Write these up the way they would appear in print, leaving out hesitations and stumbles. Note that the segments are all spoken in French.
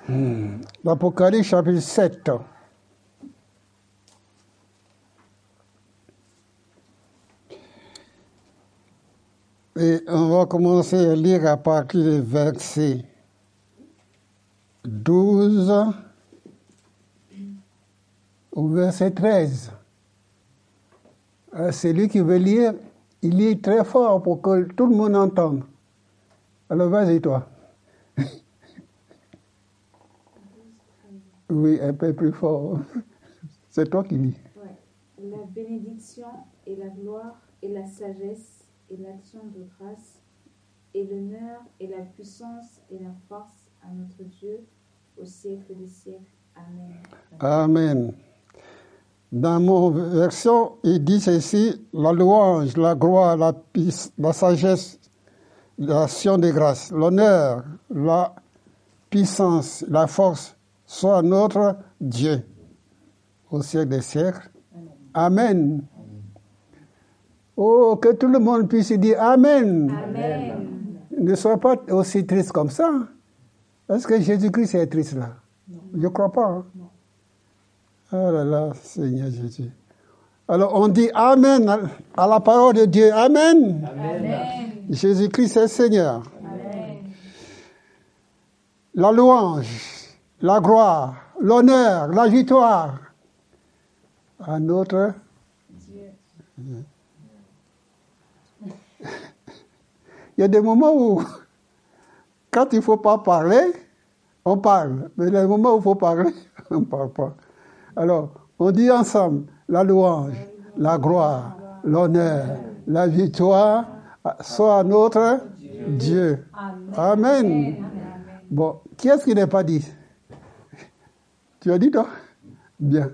L'Apocalypse chapitre 7. Et on va commencer à lire à partir du verset 12 au verset 13. Celui qui veut lire, il lit très fort pour que tout le monde entende. Alors vas-y toi. Oui, un peu plus fort. C'est toi qui lis. Ouais. La bénédiction et la gloire et la sagesse et l'action de grâce et l'honneur et la puissance et la force à notre Dieu au siècle des siècles. Amen. Amen. Dans mon version, il dit ceci, la louange, la gloire, la sagesse, l'action de grâce, l'honneur, la puissance, la force soit à notre Dieu au siècle des siècles. Amen. Oh, que tout le monde puisse dire Amen. Amen. Ne sois pas aussi triste comme ça. Est-ce que Jésus-Christ est triste là? Non. Je ne crois pas. Hein? Oh là là, Seigneur Jésus. Alors on dit Amen à la parole de Dieu. Amen. Amen. Jésus-Christ est Seigneur. Amen. La louange, la gloire, l'honneur, la victoire à notre Dieu. Il y a des moments où, quand il ne faut pas parler, on parle. Mais les moments où il faut parler, on ne parle pas. Alors, on dit ensemble la louange, la gloire, l'honneur, la victoire soit à notre Dieu. Amen. Amen. Bon, qui est-ce qui n'a pas dit? Tu as dit, toi? Bien.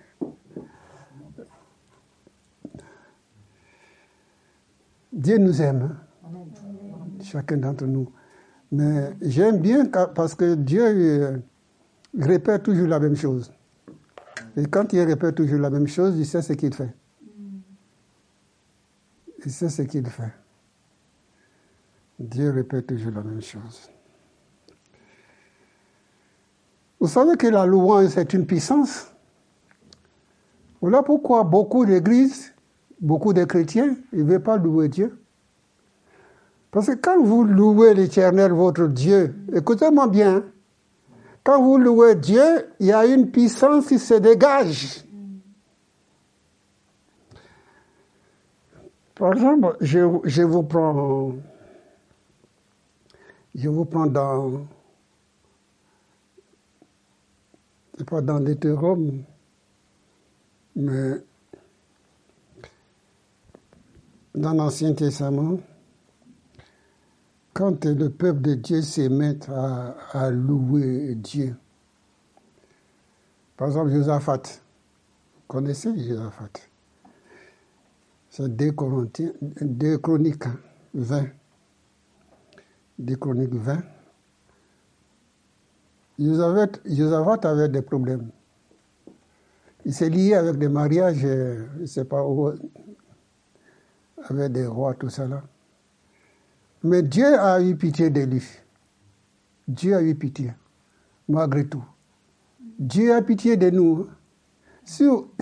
Dieu nous aime. Amen. Chacun d'entre nous. Mais j'aime bien parce que Dieu répète toujours la même chose. Et quand il répète toujours la même chose, il sait ce qu'il fait. Il sait ce qu'il fait. Dieu répète toujours la même chose. Vous savez que la louange, c'est une puissance. Voilà pourquoi beaucoup d'églises, beaucoup de chrétiens, ils ne veulent pas louer Dieu. Parce que quand vous louez l'Éternel, votre Dieu, écoutez-moi bien, quand vous louez Dieu, il y a une puissance qui se dégage. Par exemple, je vous prends dans, c'est pas dans Deutéronome, mais dans l'Ancien Testament, quand le peuple de Dieu se met à louer Dieu. Par exemple, Josaphat. Vous connaissez Josaphat? C'est 2 Chroniques 20. 2 Chroniques 20. Josaphat avait des problèmes. Il s'est lié avec des mariages, je ne sais pas où, avec des rois, tout ça là. Mais Dieu a eu pitié de lui. Dieu a eu pitié, malgré tout. Dieu a pitié de nous. Si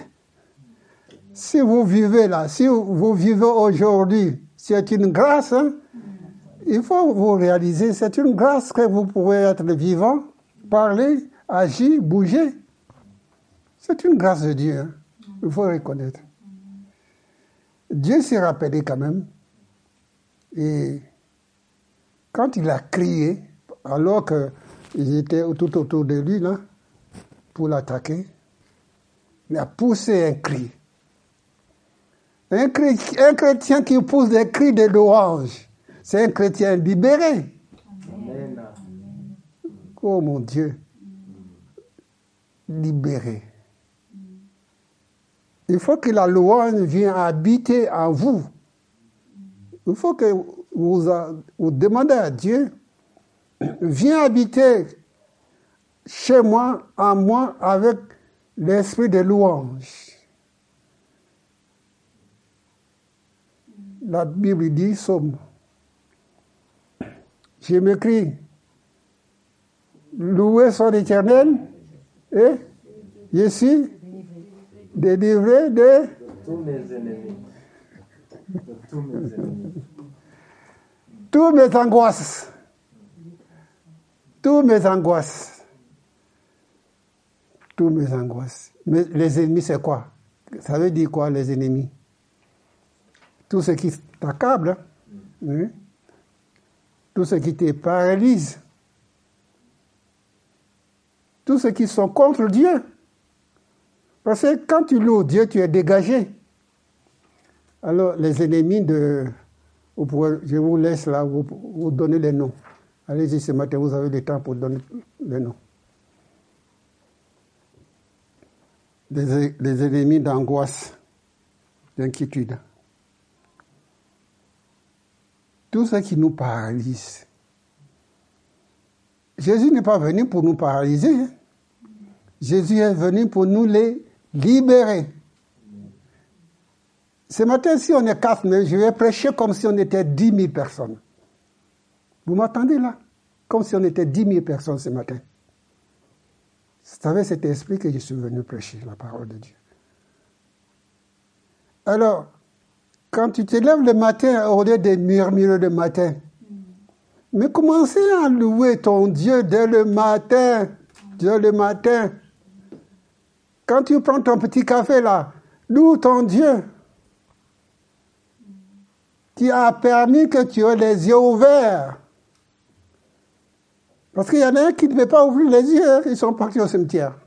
vous vivez là, si vous vivez aujourd'hui, c'est une grâce. Hein? Il faut vous réaliser, c'est une grâce que vous pouvez être vivant, parler, agir, bouger. C'est une grâce de Dieu. Hein? Il faut reconnaître. Dieu s'est rappelé quand même. Et quand il a crié, alors qu'ils étaient tout autour de lui, là, pour l'attaquer, il a poussé un cri. Un chrétien qui pousse des cris de louange, c'est un chrétien libéré. Amen. Oh mon Dieu, libéré. Il faut que la louange vienne habiter en vous. Il faut que vous demandez à Dieu, viens habiter chez moi, en moi, avec l'esprit de louange. La Bible dit, Somme, je m'écris, louez son Éternel et je suis délivré de tous mes ennemis. De tous mes ennemis. toutes mes angoisses. Toutes mes angoisses. Toutes mes angoisses. Mais les ennemis, c'est quoi? Ça veut dire quoi, les ennemis? Tout ce qui t'accable, hein? Tout ce qui te paralyse. Tous ceux qui sont contre Dieu. Parce que quand tu loues Dieu, tu es dégagé. Alors, les ennemis de... je vous laisse là, vous donner les noms. Allez-y ce matin, vous avez le temps pour donner les noms. Les ennemis d'angoisse, d'inquiétude. Tout ce qui nous paralyse. Jésus n'est pas venu pour nous paralyser. Hein. Jésus est venu pour nous les libérer. Ce matin, si on est 4, mais je vais prêcher comme si on était 10 000 personnes. Vous m'entendez là? Comme si on était 10 000 personnes ce matin. C'est avec cet esprit que je suis venu prêcher la parole de Dieu. Alors, quand tu te lèves le matin, au lieu de murmurer le matin, mais commencez à louer ton Dieu dès le matin. Dès le matin. Quand tu prends ton petit café là, loue ton Dieu qui a permis que tu aies les yeux ouverts. Parce qu'il y en a un qui ne veut pas ouvrir les yeux, ils sont partis au cimetière.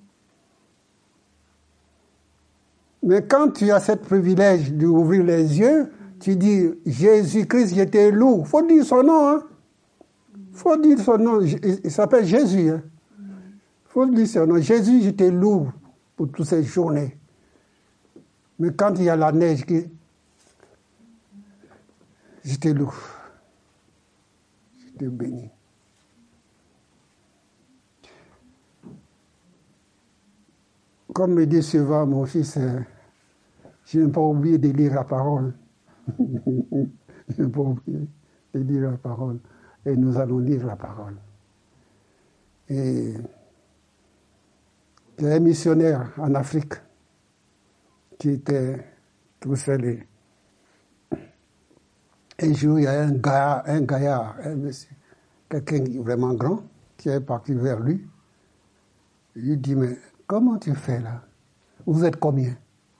Mais quand tu as ce privilège d'ouvrir les yeux, tu dis, Jésus-Christ, je te loue. Il faut dire son nom, hein. Il faut dire son nom. Il s'appelle Jésus, hein. Il faut dire son nom. Jésus, je te loue pour toutes ces journées. Mais quand il y a la neige, je te loue. Je te bénis. Comme me dit souvent mon fils, je n'ai pas oublié de lire la parole. Je n'ai pas oublié de lire la parole. Et nous allons lire la parole. Et il y a un missionnaire en Afrique qui était tout seul. Un jour, il y a un gaillard, quelqu'un vraiment grand, qui est parti vers lui. Il lui dit, mais comment tu fais là? Vous êtes combien?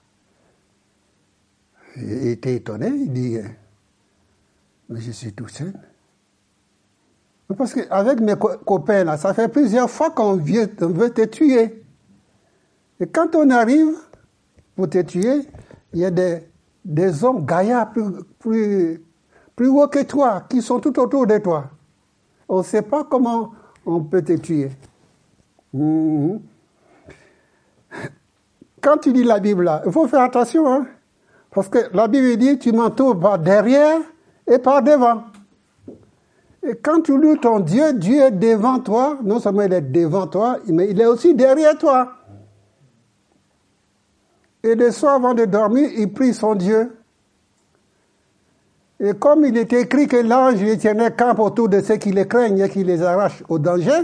Il était étonné, il dit, mais je suis tout seul. Parce qu'avec mes copains là, ça fait plusieurs fois qu'on veut te tuer. Et quand on arrive pour te tuer, il y a des hommes gaillards plus hauts que toi, qui sont tout autour de toi. On ne sait pas comment on peut te tuer. Quand tu lis la Bible là, il faut faire attention, hein, parce que la Bible dit, tu m'entoures par derrière et par devant. Et quand tu loues ton Dieu, Dieu est devant toi, non seulement il est devant toi, mais il est aussi derrière toi. Et le soir, avant de dormir, il prie son Dieu. Et comme il est écrit que l'ange éternel campe autour de ceux qui les craignent et qui les arrachent au danger,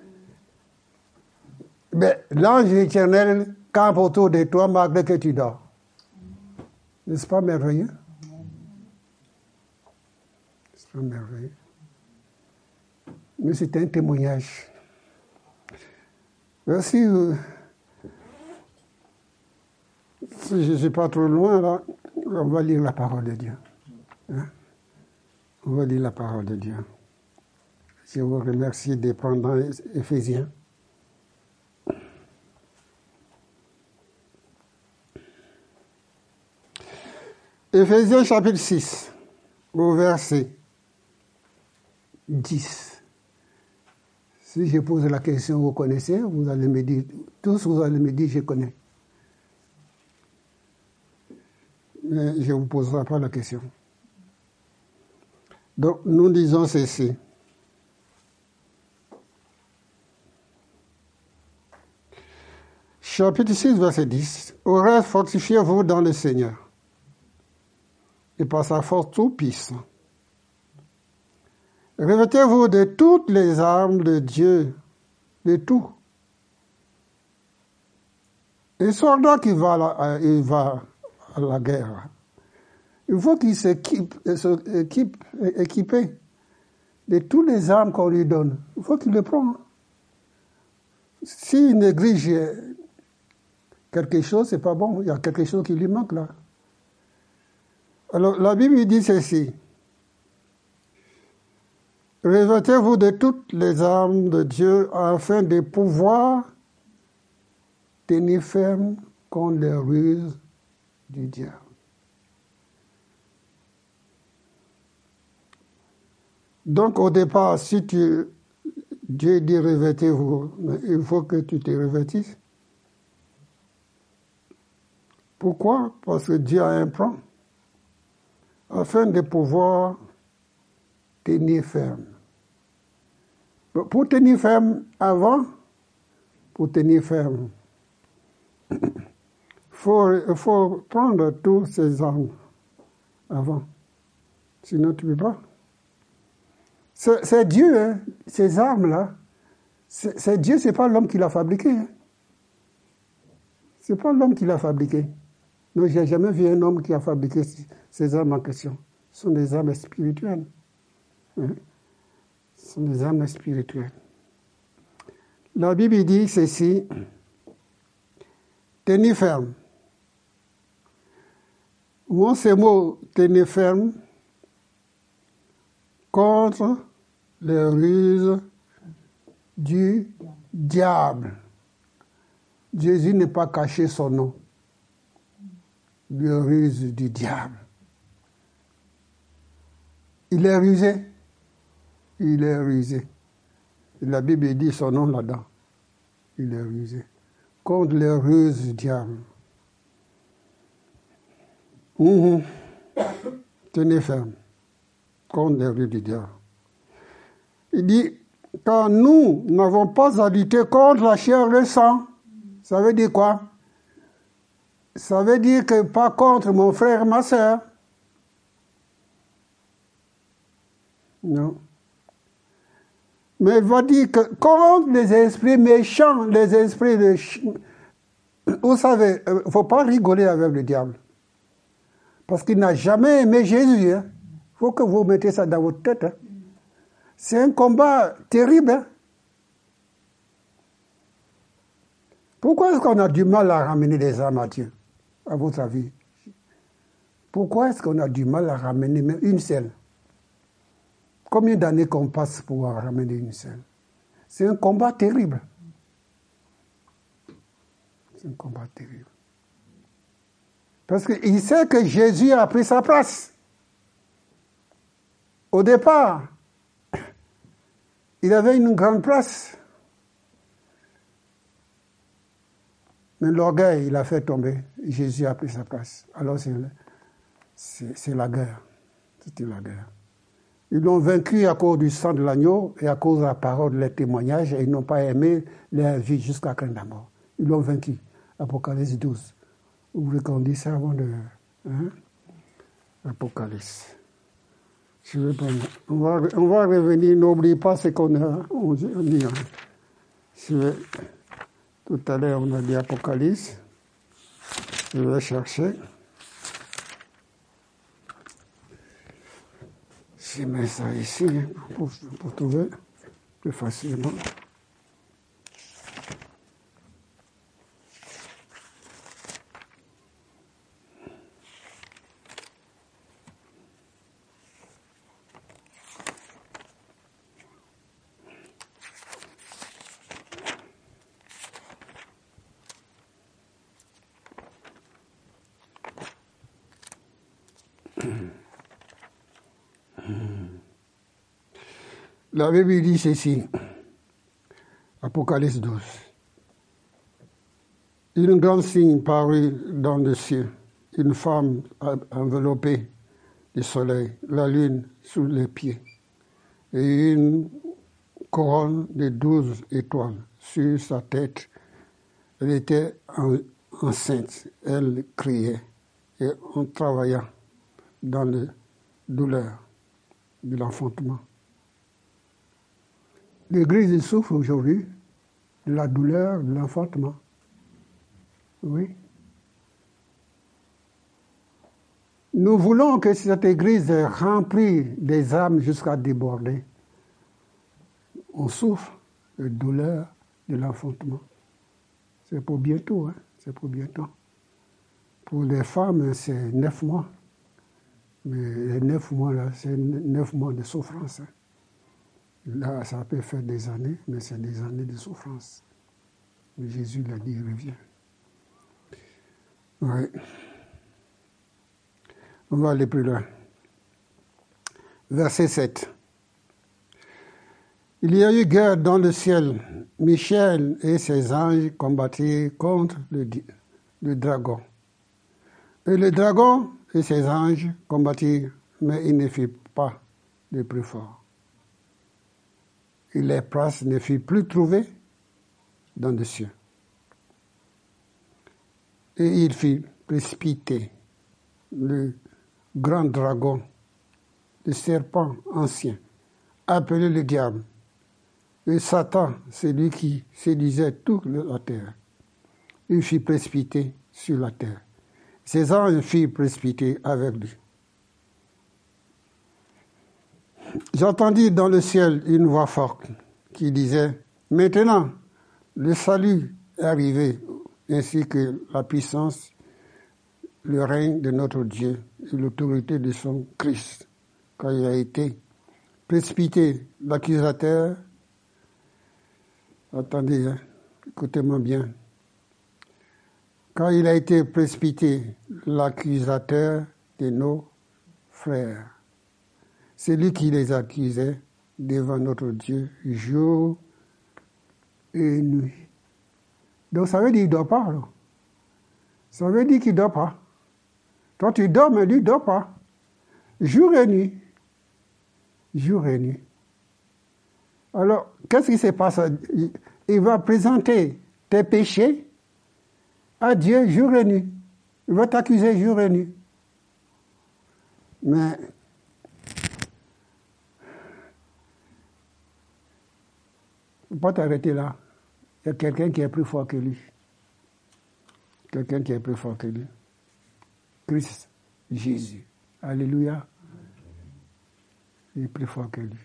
mais l'ange éternel campe autour de toi malgré que tu dors. N'est-ce pas merveilleux? C'est pas merveilleux. Mais c'est un témoignage. Si je ne suis pas trop loin, là, on va lire la parole de Dieu. Hein? On va lire la parole de Dieu. Je vous remercie de prendre dans Éphésiens. Éphésiens chapitre 6, au verset 10. Si je pose la question, vous connaissez, vous allez me dire, tous vous allez me dire, je connais. Mais je ne vous poserai pas la question. Donc, nous disons ceci. Chapitre 6, verset 10. Au reste, fortifiez-vous dans le Seigneur et par sa force tout puissant. Revêtez-vous de toutes les armes de Dieu de tout. Un soldat qui va à la guerre, il faut qu'il soit équipé de toutes les armes qu'on lui donne. Il faut qu'il les prenne. S'il néglige quelque chose, c'est pas bon. Il y a quelque chose qui lui manque là. Alors, la Bible dit ceci. Revêtez-vous de toutes les armes de Dieu afin de pouvoir tenir ferme contre les ruses du diable. Donc, au départ, si Dieu dit revêtez-vous, il faut que tu te revêtisses. Pourquoi? Parce que Dieu a un plan afin de pouvoir tenir ferme. Pour tenir ferme pour tenir ferme, il faut prendre tous ces armes avant. Sinon, tu ne peux pas. C'est Dieu, hein, ces armes-là. C'est Dieu, ce n'est pas l'homme qui l'a fabriqué. Hein. Ce n'est pas l'homme qui l'a fabriqué. Non, je n'ai jamais vu un homme qui a fabriqué ces armes en question. Ce sont des armes spirituelles. Hein. Ce sont des armes spirituelles. La Bible dit ceci, tenez ferme. Moi, ce mot, tenez ferme, contre les ruses du diable. Jésus n'est pas caché son nom. Les ruses du diable. Il est rusé. Il est rusé. La Bible dit son nom là-dedans. Il est rusé. Contre les ruses du diable. Tenez ferme. Contre les ruses du diable. Il dit, car nous n'avons pas à lutter contre la chair et le sang. Ça veut dire quoi? Ça veut dire que pas contre mon frère et ma soeur. Non. Mais il va dire que contre les esprits méchants, les esprits de... Vous savez, il ne faut pas rigoler avec le diable. Parce qu'il n'a jamais aimé Jésus. Il faut que vous mettez ça dans votre tête. Hein. C'est un combat terrible. Hein. Pourquoi est-ce qu'on a du mal à ramener les âmes à Dieu, à votre avis? Pourquoi est-ce qu'on a du mal à ramener même une seule? Combien d'années qu'on passe pour ramener une seule? C'est un combat terrible. C'est un combat terrible. Parce qu'il sait que Jésus a pris sa place. Au départ, il avait une grande place. Mais l'orgueil, il a fait tomber. Jésus a pris sa place. Alors c'est la guerre. C'était la guerre. Ils l'ont vaincu à cause du sang de l'agneau et à cause de la parole, les témoignages, et ils n'ont pas aimé leur vie jusqu'à la la mort. Ils l'ont vaincu. Apocalypse 12. Vous voulez qu'on dise ça avant de... Hein? Apocalypse. Je vais prendre. On va revenir, n'oublie pas ce qu'on dit. Hein. Tout à l'heure, on a dit Apocalypse. Je vais chercher. Je mets ça ici pour trouver plus facilement. La Bible dit ceci, Apocalypse 12. Une grande signe parut dans le ciel, une femme enveloppée du soleil, la lune sous les pieds, et une couronne de 12 étoiles sur sa tête. Elle était enceinte, elle criait, et on travaillait dans la douleur de l'enfantement. L'Église souffre aujourd'hui de la douleur, de l'enfantement. Oui. Nous voulons que cette Église remplie des âmes jusqu'à déborder. On souffre de douleur, de l'enfantement. C'est pour bientôt, hein? C'est pour bientôt. Pour les femmes, c'est 9 mois. Mais les 9 mois, là, c'est 9 mois de souffrance. Hein? Là, ça peut faire des années, mais c'est des années de souffrance. Mais Jésus l'a dit, il revient. Oui. On va aller plus loin. Verset 7. Il y a eu guerre dans le ciel. Michel et ses anges combattirent contre le dragon. Et le dragon et ses anges combattirent, mais il ne fut pas le plus fort. Et les places ne furent plus trouvées dans le ciel. Et il fut précipité, le grand dragon, le serpent ancien, appelé le diable. Et Satan, celui qui séduisait toute la terre, il fut précipité sur la terre. Ses anges furent précipités avec lui. J'entendis dans le ciel une voix forte qui disait, « Maintenant, le salut est arrivé, ainsi que la puissance, le règne de notre Dieu et l'autorité de son Christ, quand il a été précipité l'accusateur. » Attendez, hein, écoutez-moi bien. Quand il a été précipité l'accusateur de nos frères, c'est lui qui les accusait devant notre Dieu jour et nuit. Donc ça veut dire qu'il ne dort pas. Alors. Ça veut dire qu'il ne dort pas. Toi tu dors, mais lui ne dort pas. Jour et nuit. Jour et nuit. Alors, qu'est-ce qui se passe? Il va présenter tes péchés à Dieu jour et nuit. Il va t'accuser jour et nuit. Mais il ne faut pas t'arrêter là. Il y a quelqu'un qui est plus fort que lui. Quelqu'un qui est plus fort que lui. Christ, Jésus. Alléluia. Il est plus fort que lui.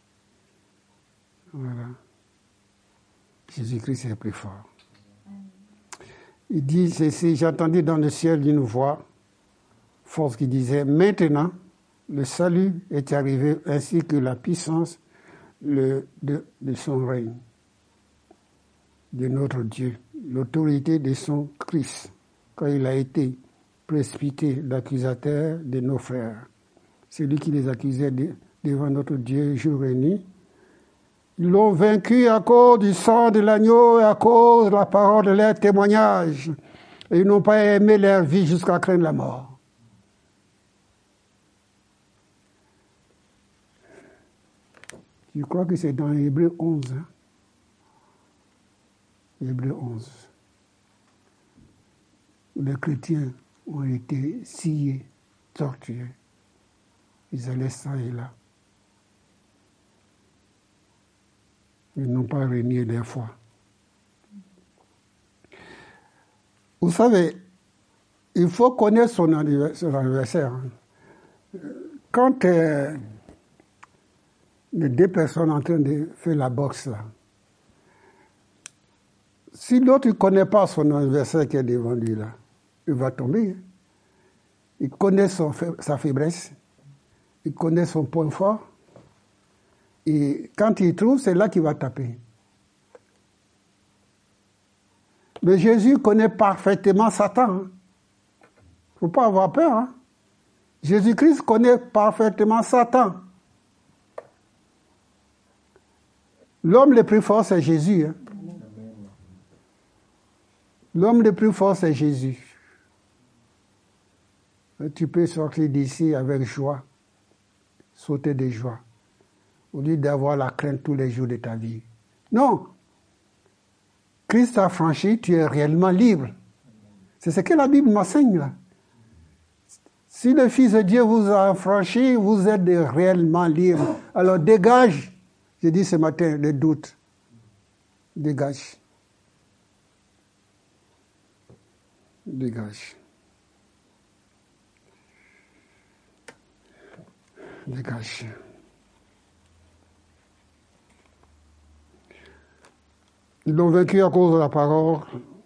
Voilà. Jésus-Christ est plus fort. Il dit ceci, j'entendis dans le ciel une voix forte qui disait, maintenant, le salut est arrivé ainsi que la puissance de son règne, de notre Dieu, l'autorité de son Christ, quand il a été précipité l'accusateur de nos frères. C'est lui qui les accusait devant notre Dieu jour et nuit. Ils l'ont vaincu à cause du sang de l'agneau et à cause de la parole de leur témoignage. Et ils n'ont pas aimé leur vie jusqu'à craindre la mort. Je crois que c'est dans Hébreux 11. Hein? Hébreux 11. Les chrétiens ont été sciés, torturés. Ils allaient ça et là. Ils n'ont pas renié leur foi. Vous savez, il faut connaître son anniversaire. Quand les deux personnes en train de faire la boxe, là, si l'autre ne connaît pas son anniversaire qui est devant lui, là, il va tomber. Il connaît sa faiblesse, il connaît son point fort. Et quand il trouve, c'est là qu'il va taper. Mais Jésus connaît parfaitement Satan. Il ne faut pas avoir peur. Hein? Jésus-Christ connaît parfaitement Satan. L'homme le plus fort, c'est Jésus. Hein? L'homme le plus fort, c'est Jésus. Et tu peux sortir d'ici avec joie, sauter de joie, au lieu d'avoir la crainte tous les jours de ta vie. Non. Christ t'a franchi, tu es réellement libre. C'est ce que la Bible m'enseigne là. Si le Fils de Dieu vous a franchi, vous êtes réellement libre. Alors dégage, j'ai dit ce matin, les doutes. Dégage. Dégage. Dégage. Ils l'ont vaincu à cause de la parole,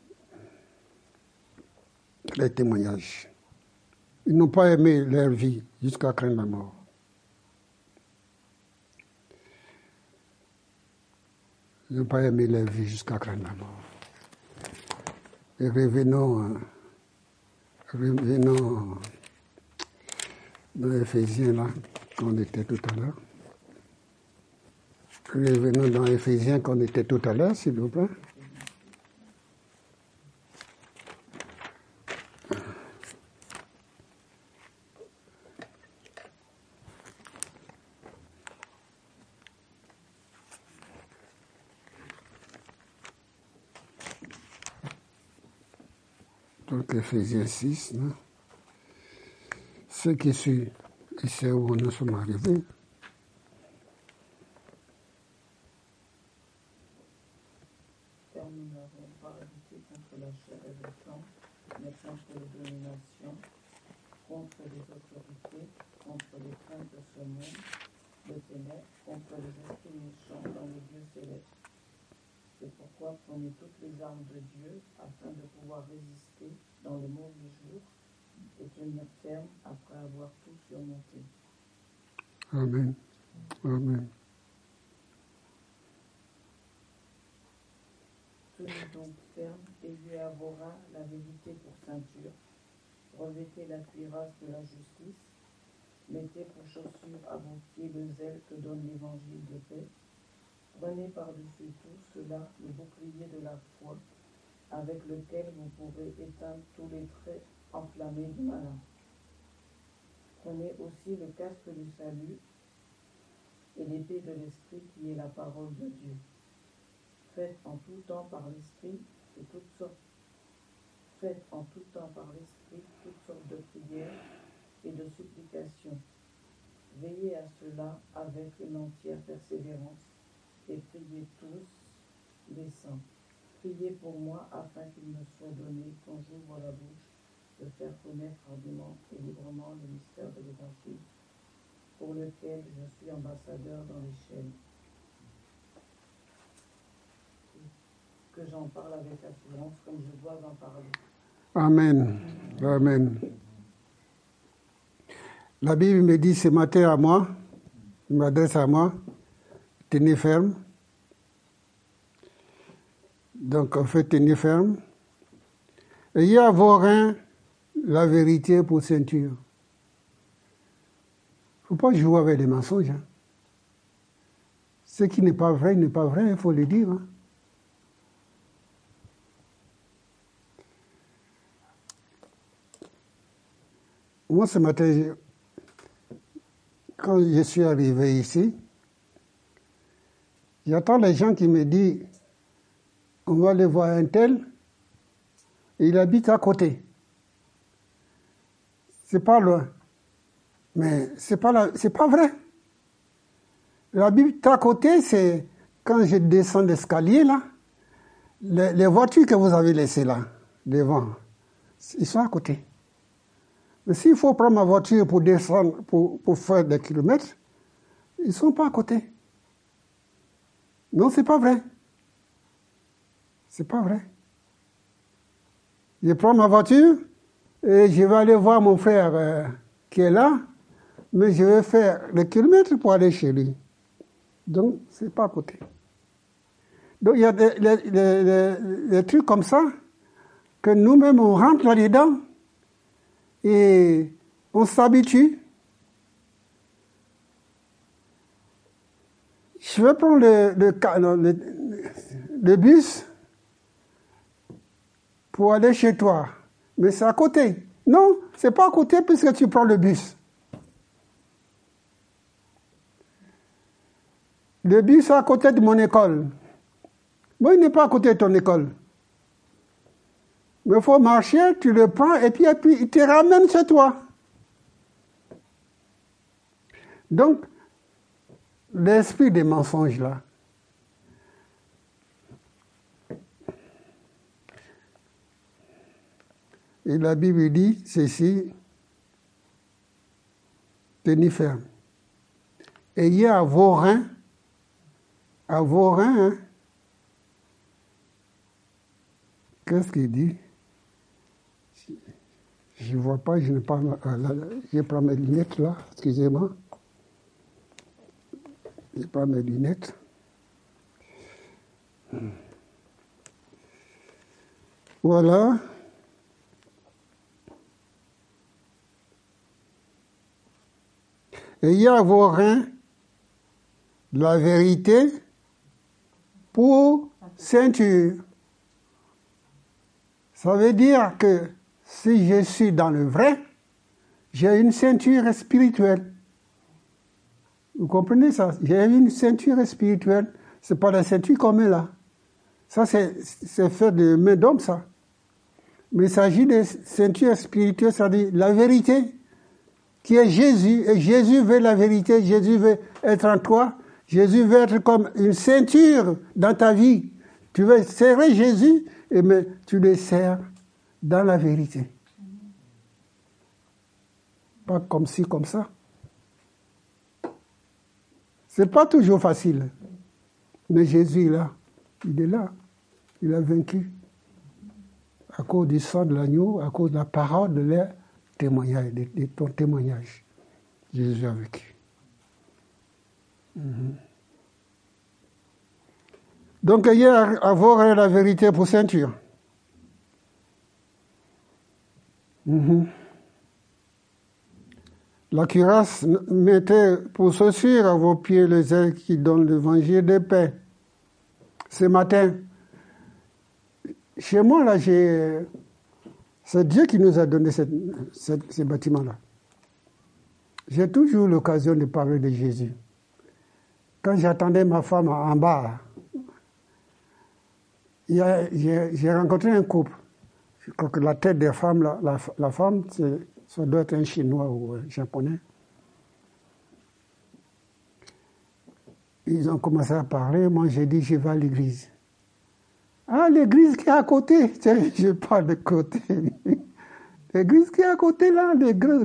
les témoignages. Ils n'ont pas aimé leur vie jusqu'à craindre la mort. Ils n'ont pas aimé leur vie jusqu'à craindre la mort. Et revenons dans Éphésiens, là, qu'on était tout à l'heure. Revenons dans Éphésiens qu'on était tout à l'heure, s'il vous plaît. Donc Éphésiens 6, non? Ce qui suit, et c'est où nous sommes arrivés. Contre les autorités, contre les craintes de ce monde, de ténèbres, contre les esprits méchants dans les lieux célestes. C'est pourquoi prenez toutes les armes de Dieu afin de pouvoir résister dans les mauvais jours et tenir ferme après avoir tout surmonté. Amen. Amen. Tenez donc ferme, ayez à vos reins la vérité pour ceinture. Revêtez la cuirasse de la justice, mettez pour chaussure à vos pieds le zèle que donne l'évangile de paix. Prenez par-dessus tout cela le bouclier de la foi, avec lequel vous pourrez éteindre tous les traits enflammés du malin. Prenez aussi le casque du salut et l'épée de l'esprit qui est la parole de Dieu. Faites en tout temps par l'esprit et toutes sortes de prières et de supplications. Veillez à cela avec une entière persévérance et priez tous les saints. Priez pour moi afin qu'il me soit donné, quand j'ouvre la bouche, de faire connaître hardiment et librement le mystère de l'Évangile, pour lequel je suis ambassadeur dans les chaînes. Que j'en parle avec assurance comme je dois en parler. Amen. Amen. La Bible me dit ce matin à moi, il m'adresse à moi, tenez ferme. Donc on fait tenir ferme. Ayez à vos reins la vérité pour ceinture. Il ne faut pas jouer avec les mensonges. Hein. Ce qui n'est pas vrai, n'est pas vrai, il faut le dire. Hein. Moi, ce matin, quand je suis arrivé ici, j'entends les gens qui me disent, on va aller voir un tel, il habite à côté. C'est pas loin. Mais c'est pas vrai. Il habite à côté, c'est quand je descends l'escalier là, les voitures que vous avez laissées là, devant, ils sont à côté. Mais s'il faut prendre ma voiture pour descendre, pour faire des kilomètres, ils ne sont pas à côté. Non, c'est pas vrai. C'est pas vrai. Je prends ma voiture et je vais aller voir mon frère qui est là, mais je vais faire des kilomètres pour aller chez lui. Donc, c'est pas à côté. Donc, il y a des trucs comme ça que nous-mêmes, on rentre là-dedans et on s'habitue. Je vais prendre le bus pour aller chez toi. Mais c'est à côté. Non, c'est pas à côté puisque tu prends le bus. Le bus est à côté de mon école. Moi, il n'est pas à côté de ton école. Mais il faut marcher, tu le prends et puis il te ramène chez toi. Donc, l'esprit des mensonges là, Et la Bible dit ceci, tenez ferme. Ayez à vos reins, hein, qu'est-ce qu'il dit? Je ne vois pas, je prends mes lunettes là, excusez-moi. Je prends mes lunettes. Voilà. Ayez à vos reins la vérité pour ceinture. Ça veut dire que si je suis dans le vrai, j'ai une ceinture spirituelle. Vous comprenez ça? J'ai une ceinture spirituelle. Ce n'est pas la ceinture qu'on met là. Ça, c'est fait de main d'homme, ça. Mais il s'agit de ceinture spirituelle, c'est-à-dire la vérité, qui est Jésus. Et Jésus veut la vérité, Jésus veut être en toi. Jésus veut être comme une ceinture dans ta vie. Tu veux serrer Jésus, mais tu le serres dans la vérité. Pas comme ci, comme ça. C'est pas toujours facile. Mais Jésus est là. Il est là. Il a vaincu. À cause du sang de l'agneau, à cause de la parole de leur témoignage, de ton témoignage. Jésus a vécu. Donc, hier, avoir la vérité pour ceinture. La cuirasse mettait pour chaussure à vos pieds les ailes qui donnent l'évangile de paix. Ce matin, chez moi, là, c'est Dieu qui nous a donné ce bâtiment-là. J'ai toujours l'occasion de parler de Jésus. Quand j'attendais ma femme en bas, j'ai rencontré un couple. Je crois que la tête des femmes, la femme, ça doit être un Chinois ou un Japonais. Ils ont commencé à parler. Moi, j'ai dit, je vais à l'église. Ah, l'église qui est à côté. Je parle de côté. L'église qui est à côté, là,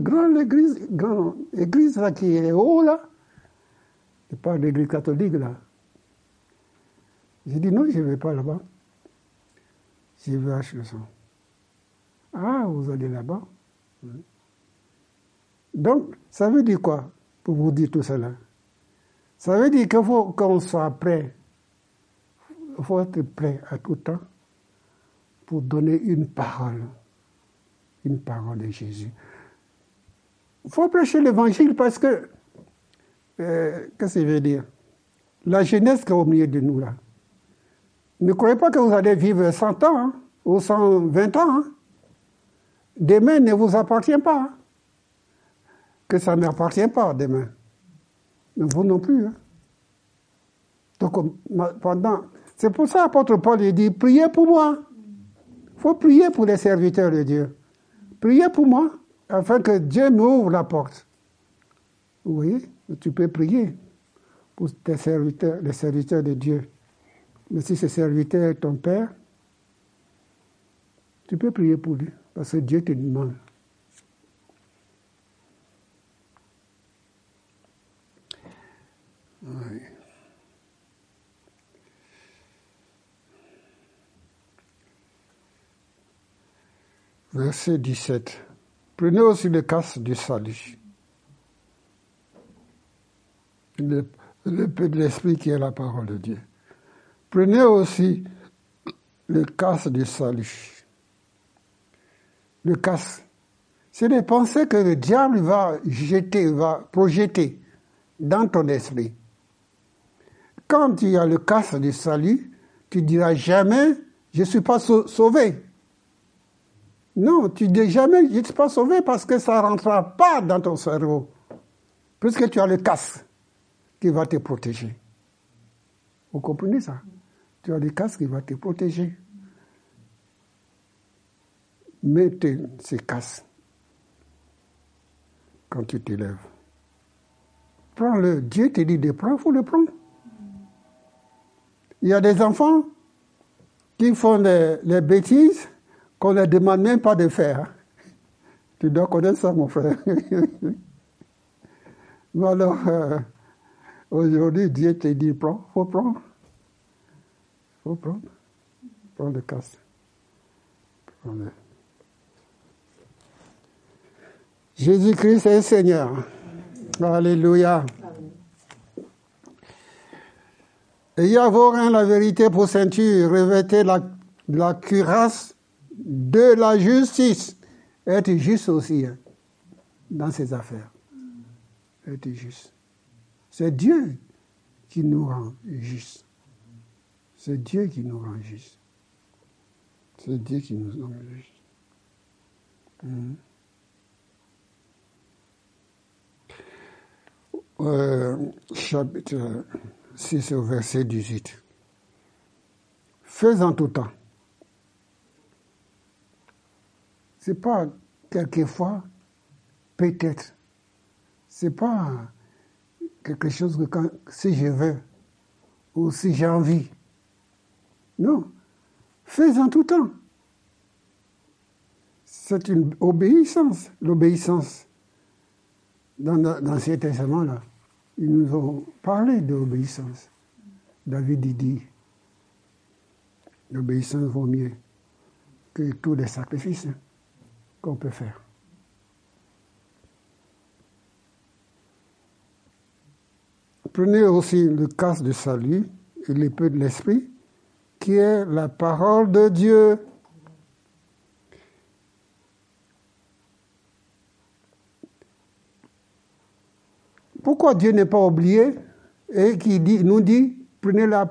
l'église là, qui est haut, là. Je parle de l'église catholique, là. J'ai dit, non, je ne vais pas là-bas. Je vais à Chesson. Ah, vous allez là-bas? Oui. Donc, ça veut dire quoi, pour vous dire tout cela? Ça veut dire qu'il faut qu'on soit prêt. Il faut être prêt à tout temps pour donner une parole de Jésus. Il faut prêcher l'évangile parce que, qu'est-ce que je veux dire? La jeunesse qui est au milieu de nous, là, ne croyez pas que vous allez vivre 100 ans hein, ou 120 ans. Hein. Demain ne vous appartient pas. Hein. Que ça ne m'appartient pas demain. Mais vous non plus. Hein. Donc, c'est pour ça l'apôtre Paul il dit, priez pour moi. Il faut prier pour les serviteurs de Dieu. Priez pour moi, afin que Dieu m'ouvre la porte. Vous voyez, tu peux prier pour tes serviteurs, les serviteurs de Dieu. Mais si ce serviteur est ton père, tu peux prier pour lui, parce que Dieu te demande. Oui. Verset 17. Prenez aussi le casque du salut. Le peu de l'esprit qui est la parole de Dieu. Prenez aussi le casque du salut. Le casque. C'est des pensées que le diable va projeter dans ton esprit. Quand tu as le casque du salut, tu diras jamais, je ne suis pas sauvé. Non, tu ne dis jamais, je ne suis pas sauvé parce que ça ne rentrera pas dans ton cerveau. Puisque tu as le casque qui va te protéger. Vous comprenez ça? Tu as le casque qui va te protéger. Mettez ces casques quand tu te lèves. Prends-le. Dieu te dit de prendre, il faut le prendre. Il y a des enfants qui font les bêtises qu'on ne demande même pas de faire. Tu dois connaître ça, mon frère. Mais alors, aujourd'hui, Dieu te dit, prends, faut prendre. Faut prendre. Prends le casque. Prends-le. Jésus-Christ est Seigneur. Alléluia. Ayez à vos reins la vérité pour ceinture, revêtez la cuirasse de la justice. Être juste aussi hein, dans ses affaires. Être juste. C'est Dieu qui nous rend juste. C'est Dieu qui nous rend juste. C'est Dieu qui nous rend juste. Chapitre 6 au verset 18. Fais en tout temps. C'est pas quelquefois, peut-être. C'est pas quelque chose que si je veux ou si j'ai envie. Non. Fais en tout temps. C'est une obéissance. L'obéissance. Dans l'Ancien Testament, là, ils nous ont parlé d'obéissance. David dit, l'obéissance vaut mieux que tous les sacrifices qu'on peut faire. Prenez aussi le casque de salut et l'épée de l'esprit, qui est la parole de Dieu. Pourquoi Dieu n'est pas oublié et qui nous dit, prenez la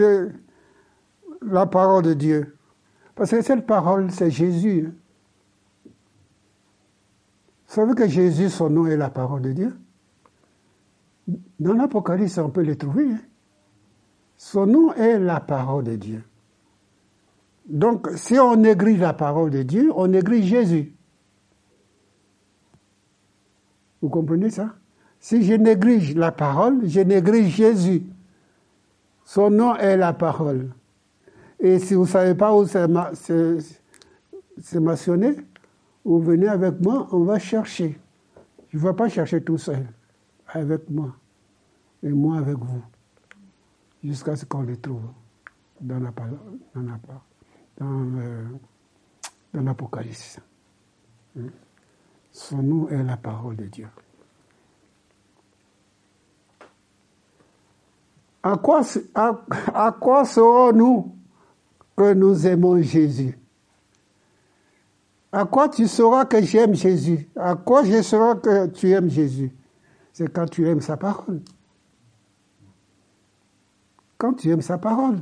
parole de Dieu? Parce que cette parole, c'est Jésus. Vous savez que Jésus, son nom est la parole de Dieu? Dans l'Apocalypse, on peut le trouver. Son nom est la parole de Dieu. Donc, si on néglige la parole de Dieu, on néglige Jésus. Vous comprenez ça? Si je néglige la parole, je néglige Jésus. Son nom est la parole. Et si vous ne savez pas où c'est mentionné, vous venez avec moi, on va chercher. Je ne vais pas chercher tout seul. Avec moi. Et moi avec vous. Jusqu'à ce qu'on le trouve dans l'Apocalypse. Son nom est la parole de Dieu. À quoi saurons-nous que nous aimons Jésus? À quoi tu sauras que j'aime Jésus? À quoi je saurai que tu aimes Jésus? C'est quand tu aimes sa parole. Quand tu aimes sa parole.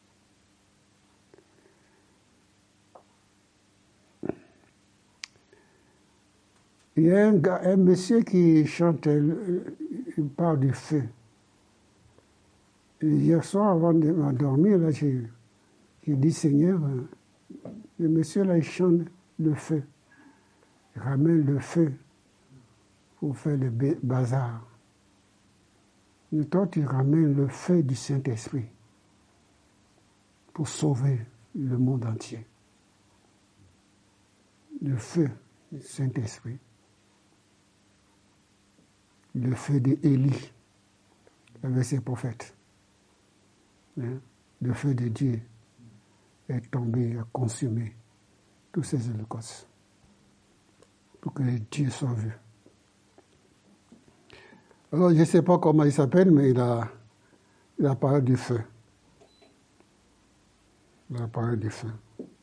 Il y a un monsieur qui chante, il parle du feu. Et hier soir, avant de m'endormir, là, j'ai dit, Seigneur, le monsieur là, il chante le feu. Il ramène le feu pour faire le bazar. Et toi, tu ramènes le feu du Saint-Esprit pour sauver le monde entier. Le feu du Saint-Esprit. Le feu d'Élie avec ses prophètes. Le feu de Dieu est tombé, a consumé tous ces holocaustes pour que Dieu soit vu. Alors, je ne sais pas comment il s'appelle, mais il a parlé du feu. Il a parlé du feu.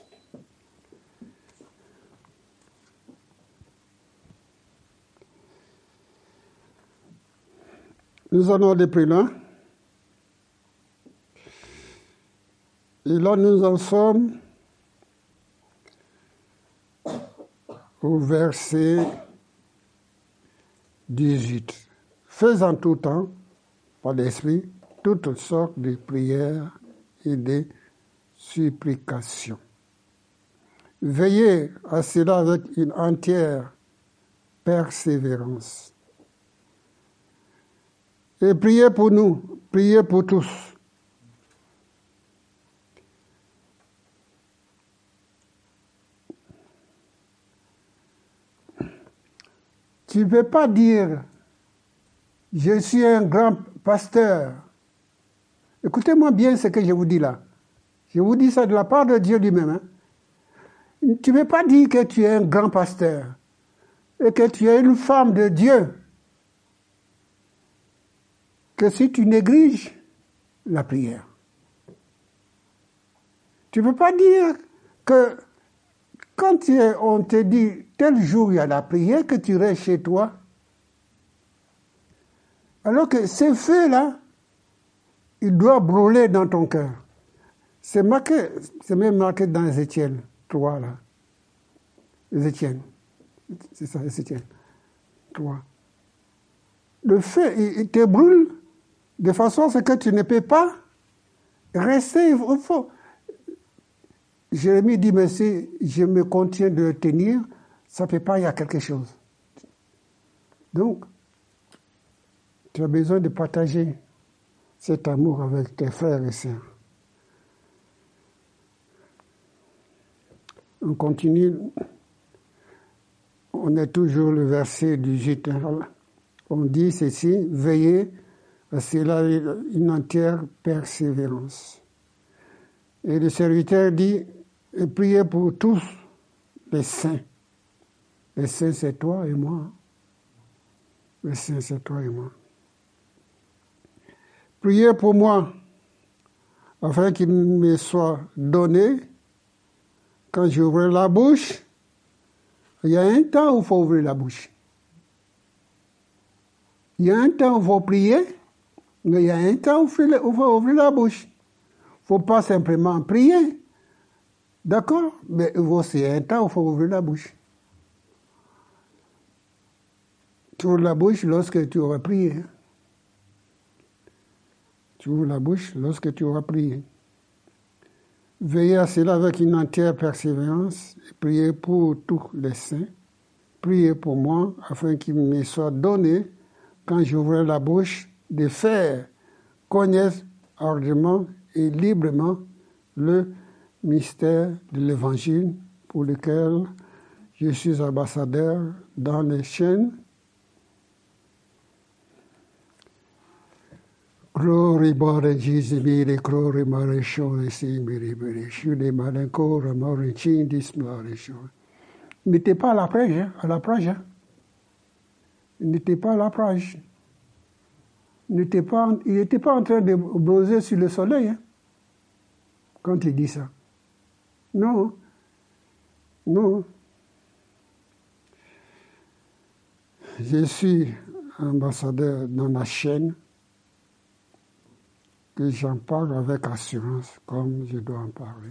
Nous allons aller plus loin. Et là, nous en sommes au verset 18. Fais en tout temps, par l'Esprit, toutes sortes de prières et de supplications. Veillez à cela avec une entière persévérance. Et priez pour nous, priez pour tous. Tu ne peux pas dire, je suis un grand pasteur. Écoutez-moi bien ce que je vous dis là. Je vous dis ça de la part de Dieu lui-même. Hein. Tu ne peux pas dire que tu es un grand pasteur et que tu es une femme de Dieu. Que si tu négliges la prière. Tu ne peux pas dire que quand on te dit tel jour il y a la prière, que tu restes chez toi. Alors que ce feu-là, il doit brûler dans ton cœur. C'est même marqué dans Ézéchiel 3, là. Ézéchiel. C'est ça, Ézéchiel 3. Le feu, il te brûle de façon à ce que tu ne peux pas rester. Il faut. Jérémie dit, mais si je me contiens de le tenir, ça ne fait pas, il y a quelque chose. Donc, tu as besoin de partager cet amour avec tes frères et sœurs. On continue. On est toujours le verset 18. On dit ceci, veillez à cela une entière persévérance. Et le serviteur dit, et priez pour tous les saints. Les saints, c'est toi et moi. Les saints, c'est toi et moi. Priez pour moi, afin qu'il me soit donné, quand j'ouvre la bouche, il y a un temps où il faut ouvrir la bouche. Il y a un temps où il faut prier, mais il y a un temps où il faut ouvrir la bouche. Il ne faut pas simplement prier. D'accord? Mais il faut aussi un temps où il faut ouvrir la bouche. Tu ouvres la bouche lorsque tu auras prié. Tu ouvres la bouche lorsque tu auras prié. Veillez à cela avec une entière persévérance et priez pour tous les saints. Priez pour moi afin qu'il me soit donné, quand j'ouvre la bouche, de faire connaître ardemment et librement le mystère de l'Évangile pour lequel je suis ambassadeur dans les chaînes. Glory bare Jésus mire glory mare show si mire mire shule malenko ramore chindis mare show. N'était pas à la plage, hein, à la plage. Hein. Il n'était pas à la plage. Il n'était pas en train de bronzer sur le soleil, hein, quand il dit ça. Non. Non. Je suis ambassadeur dans la chaîne, que j'en parle avec assurance, comme je dois en parler.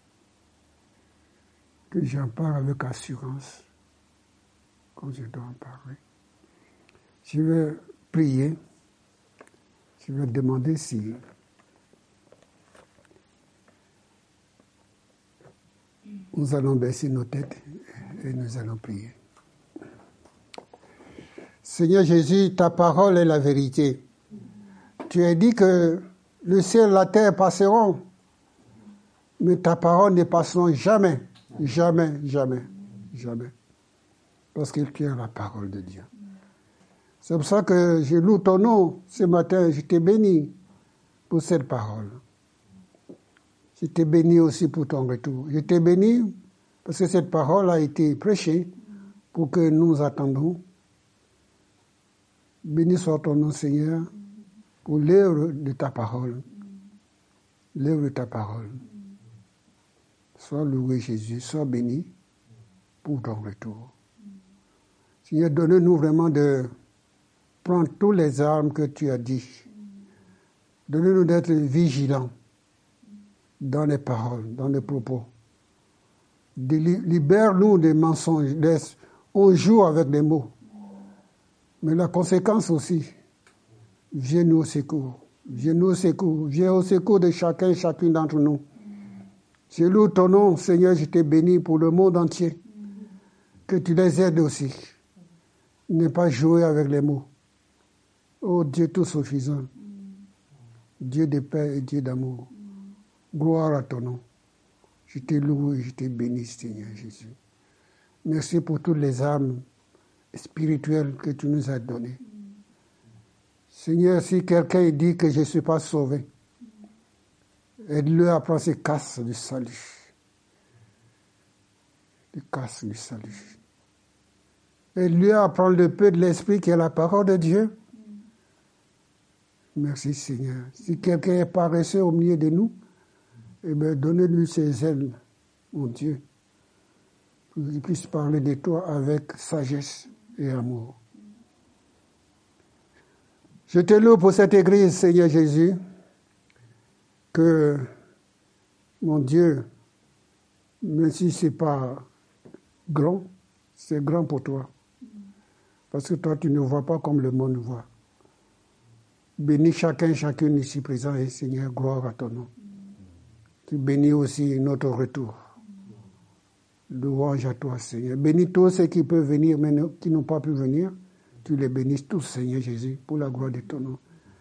Que j'en parle avec assurance, comme je dois en parler. Je vais prier. Je vais demander si nous allons baisser nos têtes et nous allons prier. Seigneur Jésus, ta parole est la vérité. Tu as dit que le ciel et la terre passeront, mais ta parole ne passeront jamais, jamais, jamais, jamais. Parce que tu es la parole de Dieu. C'est pour ça que je loue ton nom ce matin. Je t'ai béni pour cette parole. Je t'ai béni aussi pour ton retour. Je t'ai béni parce que cette parole a été prêchée pour que nous attendons. Béni soit ton nom, Seigneur, pour l'œuvre de ta parole. L'œuvre de ta parole. Sois loué, Jésus. Sois béni pour ton retour. Seigneur, donne-nous vraiment de prendre toutes les armes que tu as dit. Donne-nous d'être vigilants dans les paroles, dans les propos. Libère-nous des mensonges. On joue avec des mots. Mais la conséquence aussi, viens-nous au secours. Viens-nous au secours. Viens au secours de chacun et chacune d'entre nous. Je loue ton nom, Seigneur, je t'ai béni pour le monde entier. Que tu les aides aussi. Ne pas jouer avec les mots. Oh Dieu tout-suffisant, Dieu de paix et Dieu d'amour, gloire à ton nom. Je te loue et je te bénis, Seigneur Jésus. Merci pour toutes les âmes spirituel que tu nous as donné. Seigneur, si quelqu'un dit que je ne suis pas sauvé, aide-le à prendre ses casques du salut. Les casques du salut. Aide-le à prendre le peu de l'esprit qui est la parole de Dieu. Merci Seigneur. Si quelqu'un est paresseux au milieu de nous, eh bien, donnez-lui ses ailes, mon Dieu, pour qu'il puisse parler de toi avec sagesse et amour. Je te loue pour cette église, Seigneur Jésus, que, mon Dieu, même si ce n'est pas grand, c'est grand pour toi. Parce que toi, tu ne vois pas comme le monde voit. Bénis chacune ici présent, et Seigneur, gloire à ton nom. Tu bénis aussi notre retour. Louange à toi, Seigneur. Bénis tous ceux qui peuvent venir, mais qui n'ont pas pu venir. Tu les bénisses tous, Seigneur Jésus, pour la gloire de ton nom.